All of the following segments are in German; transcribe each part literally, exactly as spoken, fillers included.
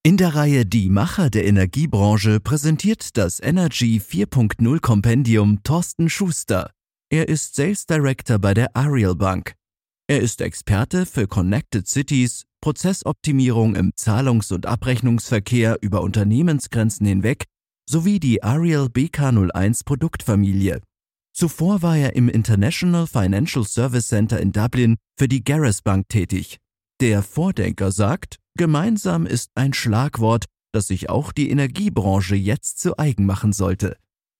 In der Reihe Die Macher der Energiebranche präsentiert das Energy vier Punkt null Kompendium Thorsten Schuster. Er ist Sales Director bei der Ariel Bank. Er ist Experte für Connected Cities, Prozessoptimierung im Zahlungs- und Abrechnungsverkehr über Unternehmensgrenzen hinweg sowie die Ariel B K null eins Produktfamilie. Zuvor war er im International Financial Service Center in Dublin für die Garris Bank tätig. Der Vordenker sagt, gemeinsam ist ein Schlagwort, das sich auch die Energiebranche jetzt zu eigen machen sollte.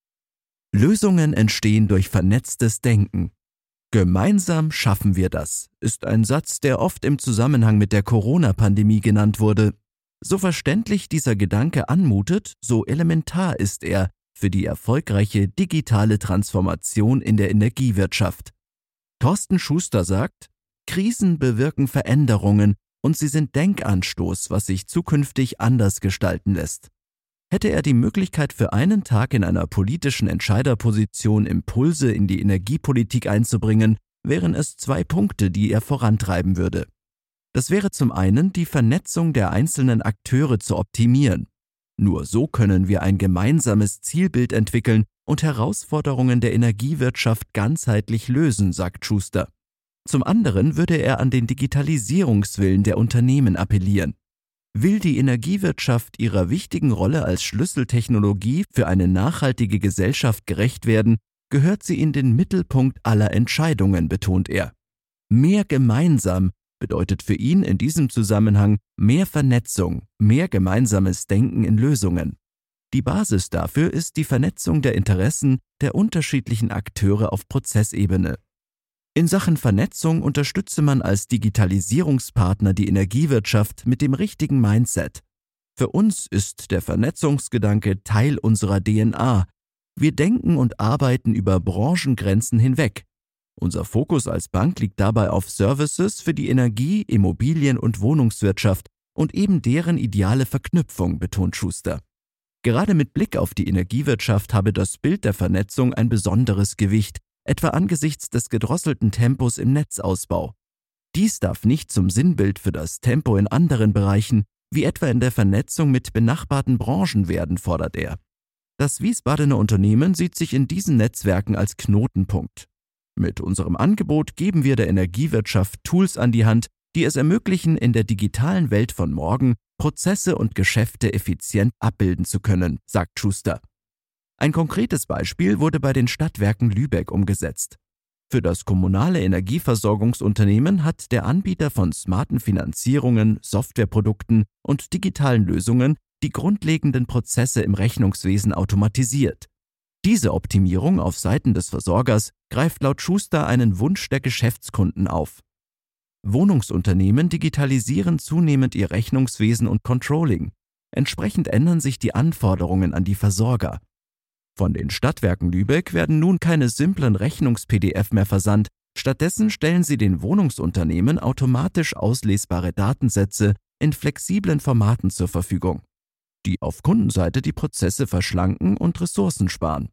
Lösungen entstehen durch vernetztes Denken. Gemeinsam schaffen wir das, ist ein Satz, der oft im Zusammenhang mit der Corona-Pandemie genannt wurde. So verständlich dieser Gedanke anmutet, so elementar ist er für die erfolgreiche digitale Transformation in der Energiewirtschaft. Thorsten Schuster sagt, Krisen bewirken Veränderungen und sie sind Denkanstoß, was sich zukünftig anders gestalten lässt. Hätte er die Möglichkeit für einen Tag in einer politischen Entscheiderposition Impulse in die Energiepolitik einzubringen, wären es zwei Punkte, die er vorantreiben würde. Das wäre zum einen die Vernetzung der einzelnen Akteure zu optimieren. Nur so können wir ein gemeinsames Zielbild entwickeln und Herausforderungen der Energiewirtschaft ganzheitlich lösen, sagt Schuster. Zum anderen würde er an den Digitalisierungswillen der Unternehmen appellieren. Will die Energiewirtschaft ihrer wichtigen Rolle als Schlüsseltechnologie für eine nachhaltige Gesellschaft gerecht werden, gehört sie in den Mittelpunkt aller Entscheidungen, betont er. Mehr gemeinsam bedeutet für ihn in diesem Zusammenhang mehr Vernetzung, mehr gemeinsames Denken in Lösungen. Die Basis dafür ist die Vernetzung der Interessen der unterschiedlichen Akteure auf Prozessebene. In Sachen Vernetzung unterstütze man als Digitalisierungspartner die Energiewirtschaft mit dem richtigen Mindset. Für uns ist der Vernetzungsgedanke Teil unserer D N A. Wir denken und arbeiten über Branchengrenzen hinweg. Unser Fokus als Bank liegt dabei auf Services für die Energie-, Immobilien- und Wohnungswirtschaft und eben deren ideale Verknüpfung, betont Schuster. Gerade mit Blick auf die Energiewirtschaft habe das Bild der Vernetzung ein besonderes Gewicht, etwa angesichts des gedrosselten Tempos im Netzausbau. Dies darf nicht zum Sinnbild für das Tempo in anderen Bereichen, wie etwa in der Vernetzung mit benachbarten Branchen werden, fordert er. Das Wiesbadener Unternehmen sieht sich in diesen Netzwerken als Knotenpunkt. Mit unserem Angebot geben wir der Energiewirtschaft Tools an die Hand, die es ermöglichen, in der digitalen Welt von morgen Prozesse und Geschäfte effizient abbilden zu können, sagt Schuster. Ein konkretes Beispiel wurde bei den Stadtwerken Lübeck umgesetzt. Für das kommunale Energieversorgungsunternehmen hat der Anbieter von smarten Finanzierungen, Softwareprodukten und digitalen Lösungen die grundlegenden Prozesse im Rechnungswesen automatisiert. Diese Optimierung auf Seiten des Versorgers greift laut Schuster einen Wunsch der Geschäftskunden auf. Wohnungsunternehmen digitalisieren zunehmend ihr Rechnungswesen und Controlling. Entsprechend ändern sich die Anforderungen an die Versorger. Von den Stadtwerken Lübeck werden nun keine simplen Rechnungs-P D F mehr versandt, stattdessen stellen sie den Wohnungsunternehmen automatisch auslesbare Datensätze in flexiblen Formaten zur Verfügung, die auf Kundenseite die Prozesse verschlanken und Ressourcen sparen.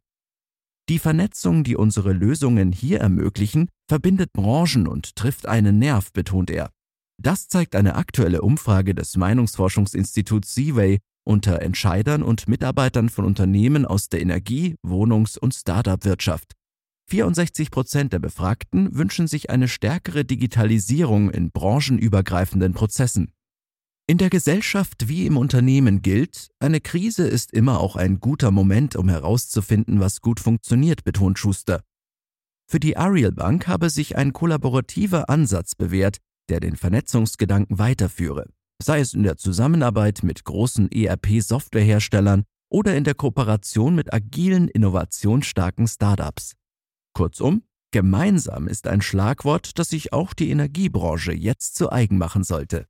Die Vernetzung, die unsere Lösungen hier ermöglichen, verbindet Branchen und trifft einen Nerv, betont er. Das zeigt eine aktuelle Umfrage des Meinungsforschungsinstituts Seaway unter Entscheidern und Mitarbeitern von Unternehmen aus der Energie-, Wohnungs- und Start-up-Wirtschaft. vierundsechzig Prozent der Befragten wünschen sich eine stärkere Digitalisierung in branchenübergreifenden Prozessen. In der Gesellschaft wie im Unternehmen gilt, eine Krise ist immer auch ein guter Moment, um herauszufinden, was gut funktioniert, betont Schuster. Für die Ariel Bank habe sich ein kollaborativer Ansatz bewährt, der den Vernetzungsgedanken weiterführe, sei es in der Zusammenarbeit mit großen E R P-Softwareherstellern oder in der Kooperation mit agilen, innovationsstarken Startups. Kurzum, gemeinsam ist ein Schlagwort, das sich auch die Energiebranche jetzt zu eigen machen sollte.